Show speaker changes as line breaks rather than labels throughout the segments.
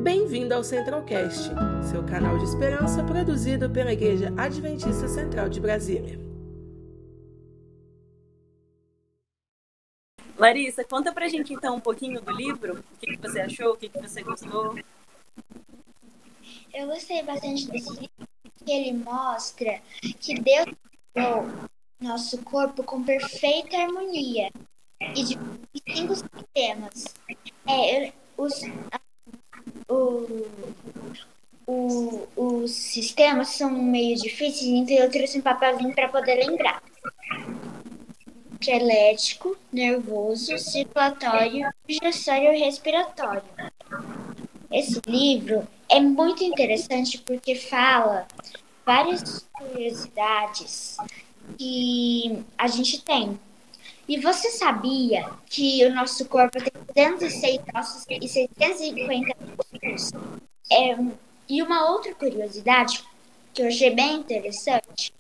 Bem-vindo ao Centralcast, seu canal de esperança produzido pela Igreja Adventista Central de Brasília.
Larissa, conta pra gente então um pouquinho do livro. O que você achou? O que você gostou?
Eu gostei bastante desse livro, porque ele mostra que Deus criou nosso corpo com perfeita harmonia e de 5 sistemas. Os sistemas são meio difíceis, então eu trouxe um papelzinho para poder lembrar. Elétrico, nervoso, circulatório, digestório e respiratório. Esse livro é muito interessante porque fala várias curiosidades que a gente tem. E você sabia que o nosso corpo tem 206 ossos e 650 músculos? E uma outra curiosidade que eu achei bem interessante,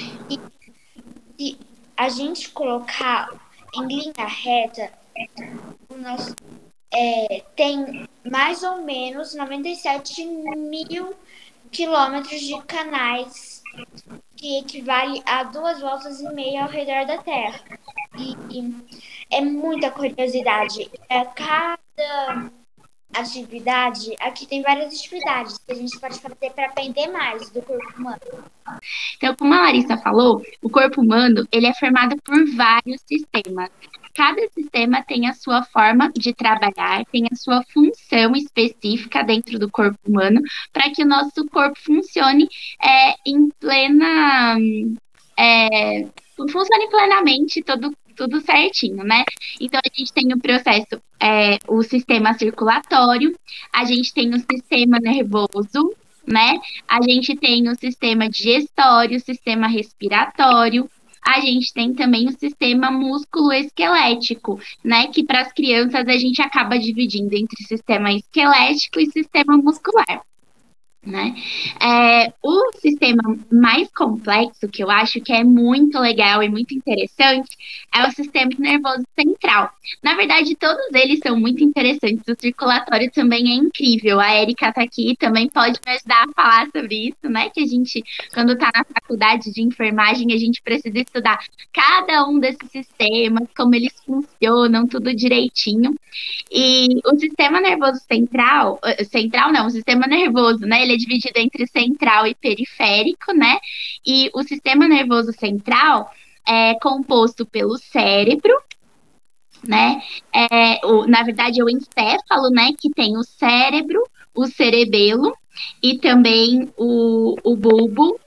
se a gente colocar em linha reta, o nosso tem mais ou menos 97 mil quilômetros de canais, que equivale a 2,5 voltas ao redor da Terra. E é muita curiosidade. Cada atividade, aqui tem várias atividades que a gente pode fazer para aprender mais do corpo humano.
Então, como a Larissa falou, o corpo humano ele é formado por vários sistemas. Cada sistema tem a sua forma de trabalhar, tem a sua função específica dentro do corpo humano, para que o nosso corpo funcione funcione plenamente, tudo certinho, né? Então, a gente tem o processo, o sistema circulatório, a gente tem o sistema nervoso, né? A gente tem o sistema digestório, o sistema respiratório, a gente tem também o sistema músculo-esquelético, né? Que para as crianças a gente acaba dividindo entre sistema esquelético e sistema muscular. Né? O sistema mais complexo, que eu acho que é muito legal e muito interessante, é o sistema nervoso central. Na verdade, todos eles são muito interessantes. O circulatório também é incrível. A Érica está aqui, também pode me ajudar a falar sobre isso, né? Que a gente, quando está na faculdade de enfermagem, a gente precisa estudar cada um desses sistemas, como eles funcionam, tudo direitinho. E o sistema nervoso o sistema nervoso, né? Ele é dividido entre central e periférico, né? E o sistema nervoso central é composto pelo cérebro, né? Na verdade, é o encéfalo, né? Que tem o cérebro, o cerebelo e também o bulbo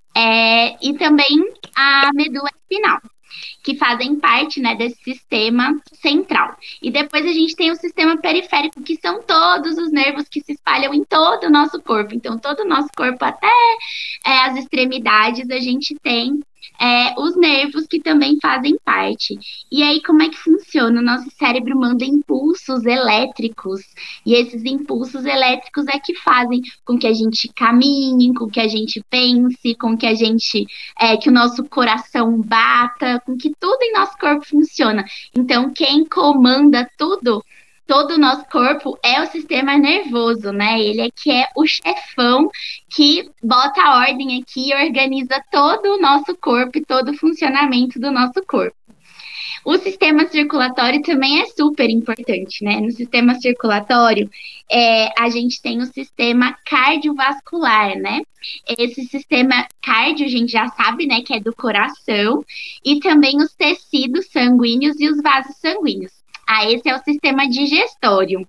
e também a medula espinal, que fazem parte, né, desse sistema central. E depois a gente tem o sistema periférico, que são todos os nervos que se espalham em todo o nosso corpo. Então, todo o nosso corpo, até as extremidades, a gente tem os nervos que também fazem parte. E aí, como é que funciona? O nosso cérebro manda impulsos elétricos, e esses impulsos elétricos é que fazem com que a gente caminhe, com que a gente pense, com que a gente, que o nosso coração bata, com que tudo em nosso corpo funciona. Então, quem comanda todo o nosso corpo é o sistema nervoso, né? Ele é que é o chefão que bota a ordem aqui e organiza todo o nosso corpo e todo o funcionamento do nosso corpo. O sistema circulatório também é super importante, né? No sistema circulatório, a gente tem o sistema cardiovascular, né? Esse sistema cardio, a gente já sabe, né, que é do coração, e também os tecidos sanguíneos e os vasos sanguíneos. Esse é o sistema digestório.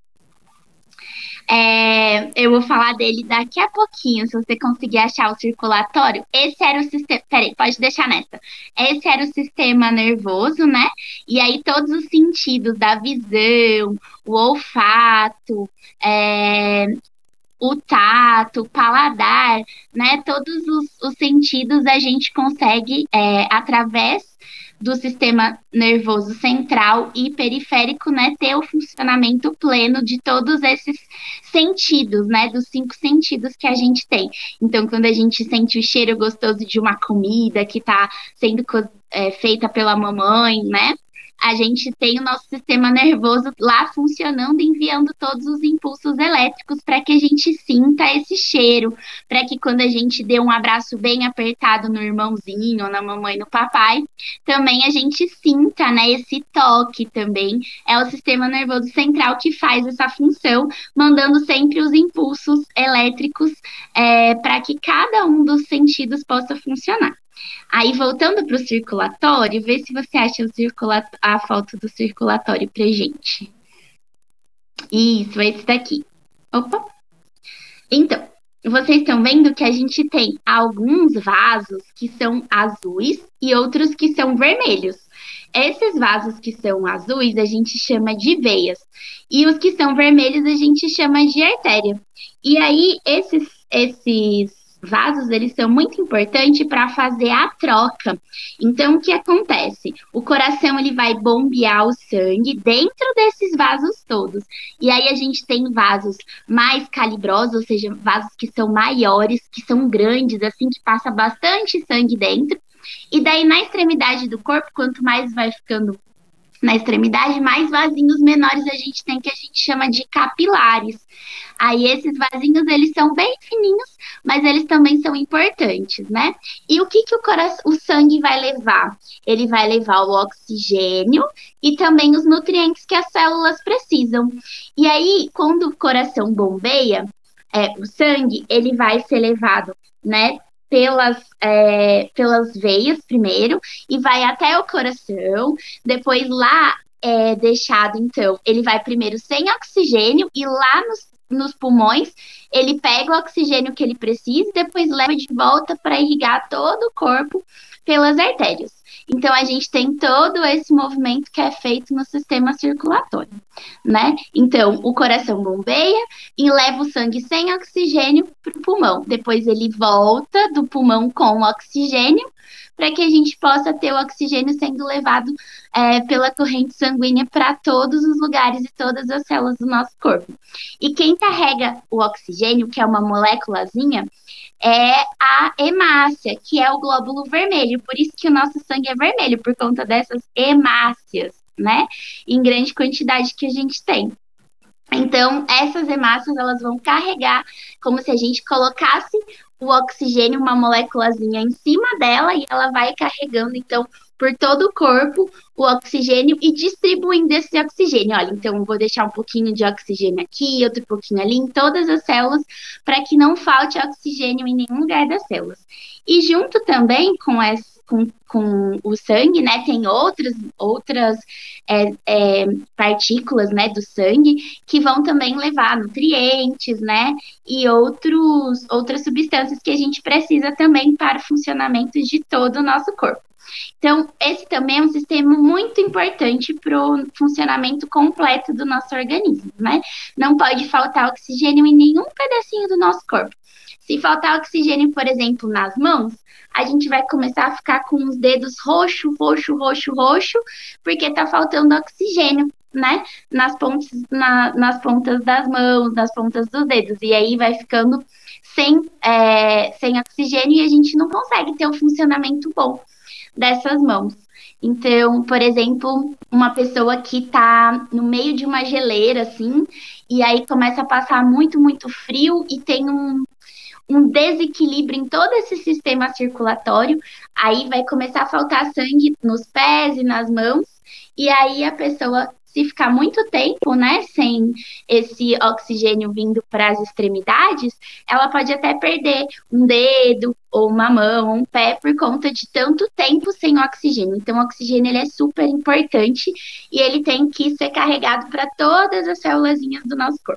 Eu vou falar dele daqui a pouquinho, se você conseguir achar o circulatório. Esse era o sistema. Peraí, pode deixar nessa. Esse era o sistema nervoso, né? E aí todos os sentidos da visão, o olfato, o tato, o paladar, né? Todos os sentidos a gente consegue, através do sistema nervoso central e periférico, né, ter o funcionamento pleno de todos esses sentidos, né, dos 5 sentidos que a gente tem. Então, quando a gente sente o cheiro gostoso de uma comida que está sendo feita pela mamãe, né, a gente tem o nosso sistema nervoso lá funcionando, enviando todos os impulsos elétricos para que a gente sinta esse cheiro, para que quando a gente dê um abraço bem apertado no irmãozinho, na mamãe, no papai, também a gente sinta, né, esse toque também. É o sistema nervoso central que faz essa função, mandando sempre os impulsos elétricos para que cada um dos sentidos possa funcionar. Aí, voltando para o circulatório, vê se você acha a foto do circulatório pra gente. Isso, esse daqui. Opa! Então, vocês estão vendo que a gente tem alguns vasos que são azuis e outros que são vermelhos. Esses vasos que são azuis a gente chama de veias e os que são vermelhos a gente chama de artéria. E aí, esses vasos, eles são muito importantes para fazer a troca. Então, o que acontece? O coração, ele vai bombear o sangue dentro desses vasos todos. E aí, a gente tem vasos mais calibrosos, ou seja, vasos que são maiores, que são grandes, assim, que passa bastante sangue dentro. E daí, na extremidade do corpo, quanto mais vai ficando na extremidade, mais vasinhos menores a gente tem, que a gente chama de capilares. Aí esses vasinhos, eles são bem fininhos, mas eles também são importantes, né? E o que o sangue vai levar? Ele vai levar o oxigênio e também os nutrientes que as células precisam. E aí, quando o coração bombeia o sangue, ele vai ser levado, né, pelas veias primeiro, e vai até o coração, depois lá é deixado, então, ele vai primeiro sem oxigênio, e lá nos pulmões, ele pega o oxigênio que ele precisa, e depois leva de volta para irrigar todo o corpo pelas artérias. Então, a gente tem todo esse movimento que é feito no sistema circulatório, né? Então, o coração bombeia e leva o sangue sem oxigênio para o pulmão. Depois, ele volta do pulmão com o oxigênio para que a gente possa ter o oxigênio sendo levado pela corrente sanguínea para todos os lugares e todas as células do nosso corpo. E quem carrega o oxigênio, que é uma moléculazinha, é a hemácia, que é o glóbulo vermelho. Por isso que o nosso sangue é vermelho, por conta dessas hemácias, né? Em grande quantidade que a gente tem. Então, essas hemácias, elas vão carregar como se a gente colocasse o oxigênio, uma moléculazinha em cima dela, e ela vai carregando, então, por todo o corpo, o oxigênio e distribuindo esse oxigênio. Olha, então, eu vou deixar um pouquinho de oxigênio aqui, outro pouquinho ali, em todas as células, para que não falte oxigênio em nenhum lugar das células. E junto também com o sangue, né, tem outras partículas, né, do sangue que vão também levar nutrientes, né, e outras substâncias que a gente precisa também para o funcionamento de todo o nosso corpo. Então, esse também é um sistema muito importante para o funcionamento completo do nosso organismo, né? Não pode faltar oxigênio em nenhum pedacinho do nosso corpo. Se faltar oxigênio, por exemplo, nas mãos, a gente vai começar a ficar com os dedos roxo, porque está faltando oxigênio, né? Nas pontas das mãos, nas pontas dos dedos. E aí vai ficando sem oxigênio e a gente não consegue ter um funcionamento bom dessas mãos. Então, por exemplo, uma pessoa que está no meio de uma geleira, assim, e aí começa a passar muito, muito frio e tem um desequilíbrio em todo esse sistema circulatório, aí vai começar a faltar sangue nos pés e nas mãos, e aí a pessoa, se ficar muito tempo, né, sem esse oxigênio vindo para as extremidades, ela pode até perder um dedo, ou uma mão, ou um pé, por conta de tanto tempo sem oxigênio. Então, o oxigênio, ele é super importante, e ele tem que ser carregado para todas as célulazinhas do nosso corpo.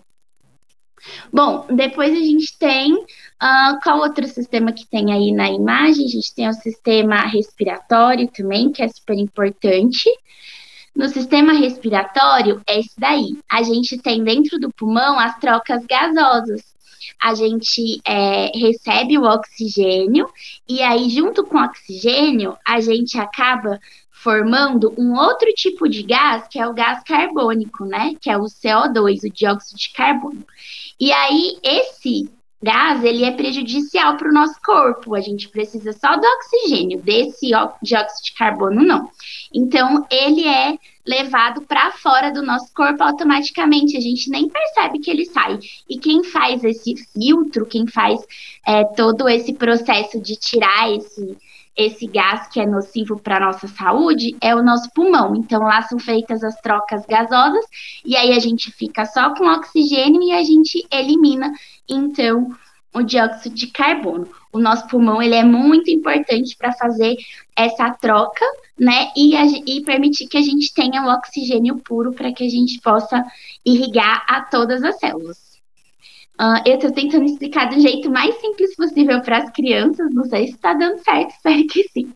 Bom, depois a gente tem, qual outro sistema que tem aí na imagem? A gente tem o sistema respiratório também, que é super importante. No sistema respiratório, é esse daí. A gente tem dentro do pulmão as trocas gasosas. A gente recebe o oxigênio e aí, junto com o oxigênio, a gente acaba formando um outro tipo de gás, que é o gás carbônico, né? Que é o CO2, o dióxido de carbono. E aí, esse gás, ele é prejudicial para o nosso corpo. A gente precisa só do oxigênio, desse dióxido de carbono, não. Então, ele é levado para fora do nosso corpo automaticamente, a gente nem percebe que ele sai. E quem faz esse filtro, quem faz todo esse processo de tirar esse gás que é nocivo para a nossa saúde é o nosso pulmão. Então, lá são feitas as trocas gasosas, e aí a gente fica só com oxigênio e a gente elimina, então, o dióxido de carbono. O nosso pulmão, ele é muito importante para fazer essa troca, né, e permitir que a gente tenha o oxigênio puro para que a gente possa irrigar a todas as células. Eu estou tentando explicar do jeito mais simples possível para as crianças, não sei se está dando certo, espero que sim.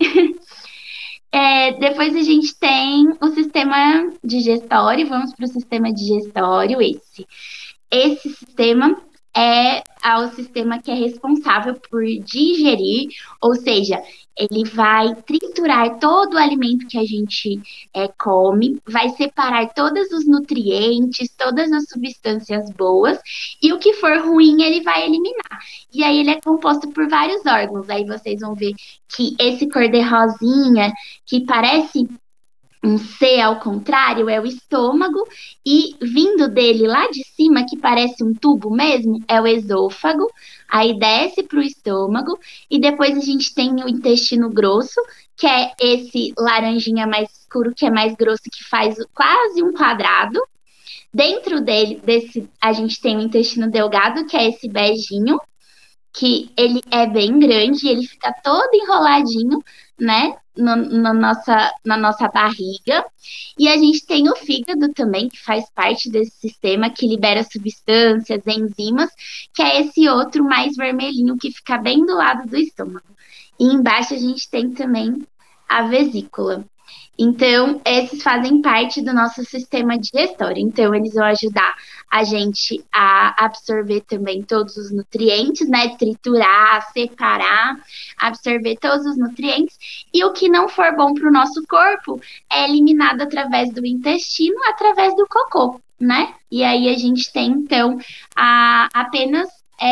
Depois a gente tem o sistema digestório, vamos para o sistema digestório, Esse sistema é o sistema que é responsável por digerir, ou seja, ele vai triturar todo o alimento que a gente come, vai separar todos os nutrientes, todas as substâncias boas, e o que for ruim ele vai eliminar. E aí ele é composto por vários órgãos. Aí vocês vão ver que esse cor-de-rosinha, que parece um C ao contrário, é o estômago, e vindo dele lá de cima, que parece um tubo mesmo, é o esôfago, aí desce para o estômago, e depois a gente tem o intestino grosso, que é esse laranjinha mais escuro, que é mais grosso, que faz quase um quadrado. Dentro dele, a gente tem o intestino delgado, que é esse beijinho, que ele é bem grande, ele fica todo enroladinho, né, na nossa barriga. E a gente tem o fígado também, que faz parte desse sistema, que libera substâncias, enzimas, que é esse outro mais vermelhinho, que fica bem do lado do estômago. E embaixo a gente tem também a vesícula. Então, esses fazem parte do nosso sistema digestório. Então, eles vão ajudar a gente a absorver também todos os nutrientes, né? Triturar, separar, absorver todos os nutrientes. E o que não for bom para o nosso corpo é eliminado através do intestino, através do cocô, né? E aí a gente tem, então, apenas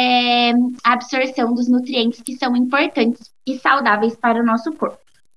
a absorção dos nutrientes que são importantes e saudáveis para o nosso corpo.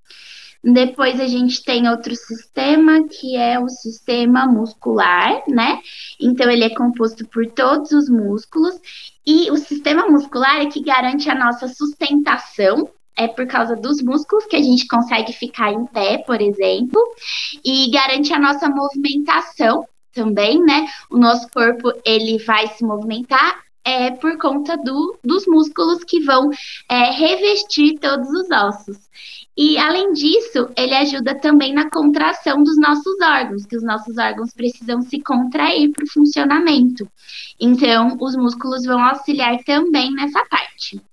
Depois a gente tem outro sistema, que é o sistema muscular, né? Então, ele é composto por todos os músculos. E o sistema muscular é que garante a nossa sustentação. É por causa dos músculos que a gente consegue ficar em pé, por exemplo. E garante a nossa movimentação também, né? O nosso corpo, ele vai se movimentar por conta dos músculos que vão revestir todos os ossos. E, além disso, ele ajuda também na contração dos nossos órgãos, que os nossos órgãos precisam se contrair para o funcionamento. Então, os músculos vão auxiliar também nessa parte.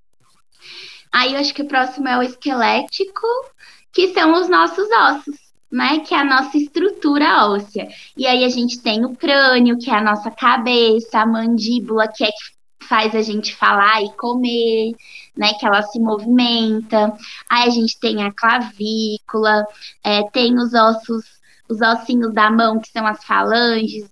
Aí, eu acho que o próximo é o esquelético, que são os nossos ossos, né? Que é a nossa estrutura óssea. E aí, a gente tem o crânio, que é a nossa cabeça, a mandíbula, que é que faz a gente falar e comer, né, que ela se movimenta. Aí a gente tem a clavícula, tem os ossinhos da mão, que são as falanges,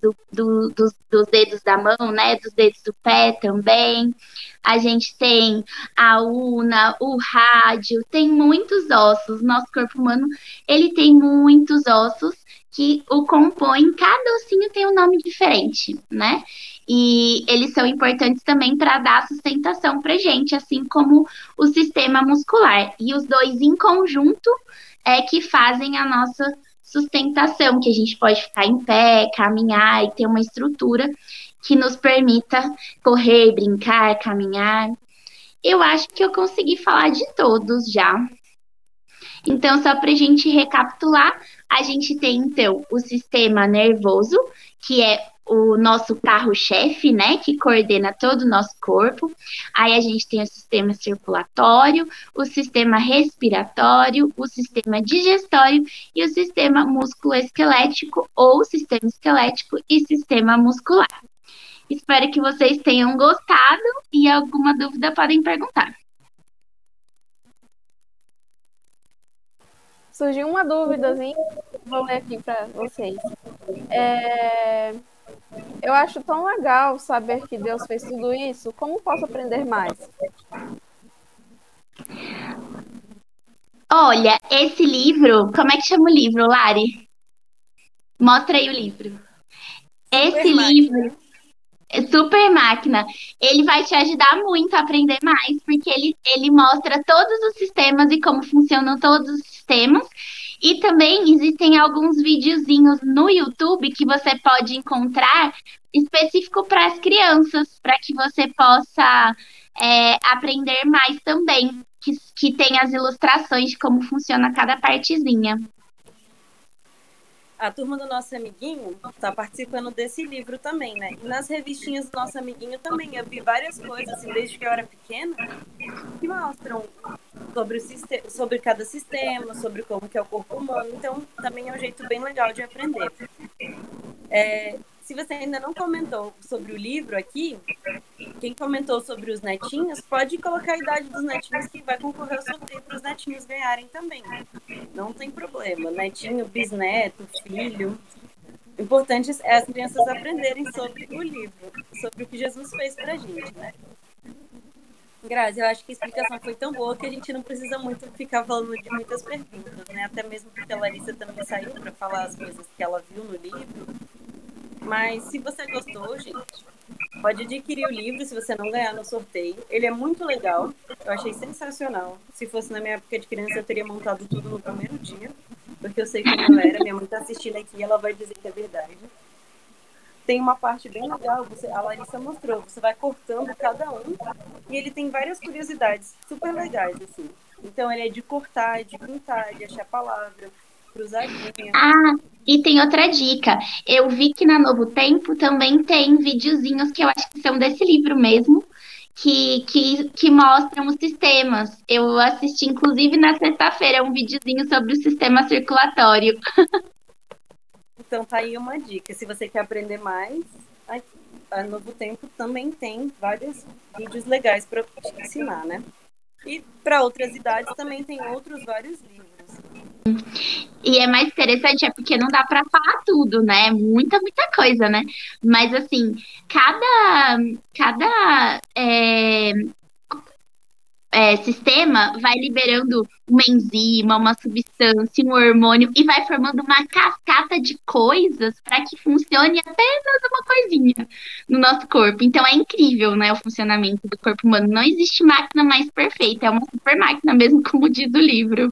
dos dedos da mão, né, dos dedos do pé também. A gente tem a una, o rádio, tem muitos ossos. Nosso corpo humano, ele tem muitos ossos que o compõem, cada ossinho tem um nome diferente, né? E eles são importantes também para dar sustentação para gente, assim como o sistema muscular. E os dois em conjunto é que fazem a nossa sustentação, que a gente pode ficar em pé, caminhar e ter uma estrutura que nos permita correr, brincar, caminhar. Eu acho que eu consegui falar de todos já. Então, só para a gente recapitular, a gente tem, então, o sistema nervoso, que é o nosso carro-chefe, né, que coordena todo o nosso corpo. Aí a gente tem o sistema circulatório, o sistema respiratório, o sistema digestório e o sistema musculoesquelético, ou sistema esquelético e sistema muscular. Espero que vocês tenham gostado e alguma dúvida podem perguntar.
Surgiu uma dúvidazinha, vou ler aqui para vocês. Eu acho tão legal saber que Deus fez tudo isso. Como posso aprender mais?
Olha, esse livro, como é que chama o livro, Lari? Mostra aí o livro. Esse
Super
livro,
Máquina.
Super Máquina, ele vai te ajudar muito a aprender mais, porque ele mostra todos os sistemas e como funcionam todos os sistemas. E também existem alguns videozinhos no YouTube que você pode encontrar específico para as crianças, para que você possa aprender mais também, que tem as ilustrações de como funciona cada partezinha.
A turma do Nosso Amiguinho está participando desse livro também, né? E nas revistinhas do Nosso Amiguinho também. Eu vi várias coisas, assim, desde que eu era pequena, que mostram sobre cada sistema, sobre como que é o corpo humano. Então, também é um jeito bem legal de aprender. Se você ainda não comentou sobre o livro aqui, quem comentou sobre os netinhos, pode colocar a idade dos netinhos que vai concorrer ao sorteio para os netinhos ganharem também. Não tem problema. Netinho, bisneto, filho. O importante é as crianças aprenderem sobre o livro, sobre o que Jesus fez pra gente, né? Grazi, eu acho que a explicação foi tão boa que a gente não precisa muito ficar falando de muitas perguntas, né? Até mesmo porque a Larissa também saiu para falar as coisas que ela viu no livro. Mas se você gostou, gente, pode adquirir o livro se você não ganhar no sorteio. Ele é muito legal. Eu achei sensacional. Se fosse na minha época de criança, eu teria montado tudo no primeiro dia. Porque eu sei como eu era. Minha mãe tá assistindo aqui e ela vai dizer que é verdade. Tem uma parte bem legal. A Larissa mostrou. Você vai cortando cada um. E ele tem várias curiosidades super legais, assim. Então, ele é de cortar, de pintar, de achar palavra, cruzadinha.
Ah, e tem outra dica. Eu vi que na Novo Tempo também tem videozinhos que eu acho que são desse livro mesmo, que mostram os sistemas. Eu assisti, inclusive, na sexta-feira, um videozinho sobre o sistema circulatório.
Então, tá aí uma dica. Se você quer aprender mais, a Novo Tempo também tem vários vídeos legais para te ensinar, né? E para outras idades também tem outros vários livros.
E é mais interessante, é porque não dá para falar tudo, né? Muita coisa, né? Mas, assim, cada sistema vai liberando uma enzima, uma substância, um hormônio e vai formando uma cascata de coisas para que funcione apenas uma coisinha no nosso corpo. Então é incrível, né, o funcionamento do corpo humano. Não existe máquina mais perfeita, é uma super máquina mesmo, como diz o livro.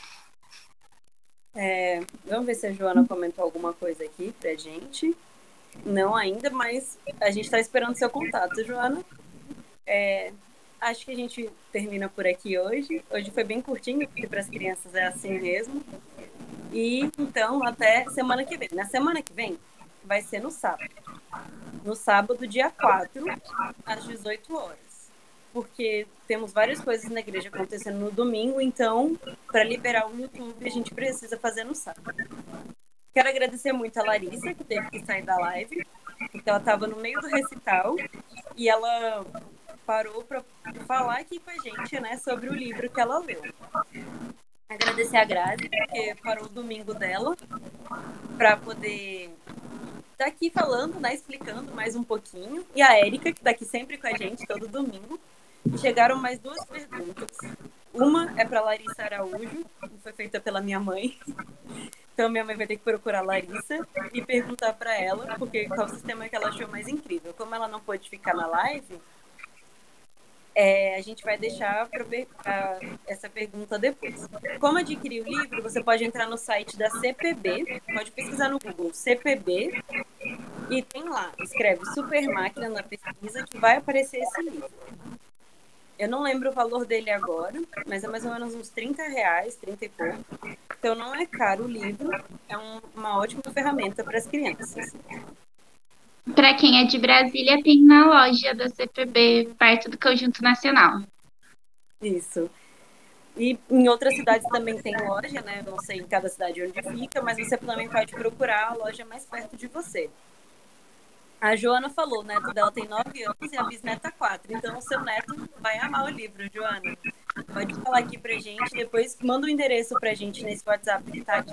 Vamos ver se a Joana comentou alguma coisa aqui pra gente. Não ainda, mas a gente está esperando seu contato, Joana. Acho que a gente termina por aqui hoje. Hoje foi bem curtinho, porque para as crianças é assim mesmo. E então, até semana que vem. Na semana que vem vai ser no sábado. No sábado, dia 4, às 18 horas. Porque temos várias coisas na igreja acontecendo no domingo, então, para liberar o YouTube, a gente precisa fazer no sábado. Quero agradecer muito a Larissa, que teve que sair da live, porque ela estava no meio do recital e ela parou para falar aqui com a gente, né, sobre o livro que ela leu. Agradecer a Grazi, porque parou o domingo dela para poder estar aqui falando, né, explicando mais um pouquinho. E a Érica, que está aqui sempre com a gente, todo domingo. E chegaram mais duas perguntas. Uma é para Larissa Araújo, que foi feita pela minha mãe. Então, minha mãe vai ter que procurar a Larissa e perguntar para ela qual o sistema que ela achou mais incrível. Como ela não pôde ficar na live, a gente vai deixar essa pergunta depois. Como adquirir o livro, você pode entrar no site da CPB, pode pesquisar no Google CPB, e tem lá, escreve Super Máquina na pesquisa, que vai aparecer esse livro. Eu não lembro o valor dele agora, mas é mais ou menos uns R$30, 30 e pouco. Então não é caro o livro, é uma ótima ferramenta para as crianças.
Para quem é de Brasília, tem na loja da CPB, perto do Conjunto Nacional.
Isso. E em outras cidades também tem loja, né? Não sei em cada cidade onde fica, mas você também pode procurar a loja mais perto de você. A Joana falou, o neto dela tem 9 anos e a bisneta 4. Então o seu neto vai amar o livro, Joana. Pode falar aqui pra gente, depois manda o endereço pra gente nesse WhatsApp que tá aqui,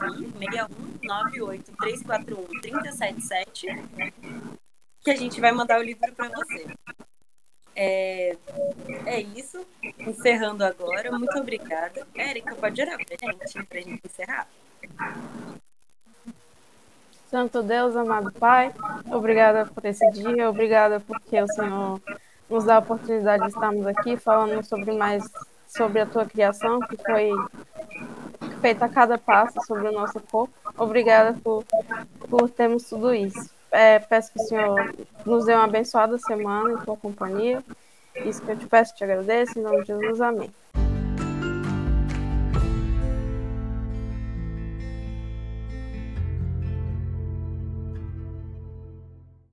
6198-341-377, que a gente vai mandar o livro pra você. É isso. Encerrando agora. Muito obrigada. Érica, pode orar pra gente encerrar?
Santo Deus, amado Pai, obrigada por esse dia, obrigada porque o Senhor nos dá a oportunidade de estarmos aqui falando sobre a tua criação, que foi feita a cada passo sobre o nosso corpo. Obrigada por termos tudo isso. Peço que o Senhor nos dê uma abençoada semana em tua companhia. Isso que eu te peço, te agradeço, em nome de Jesus, amém.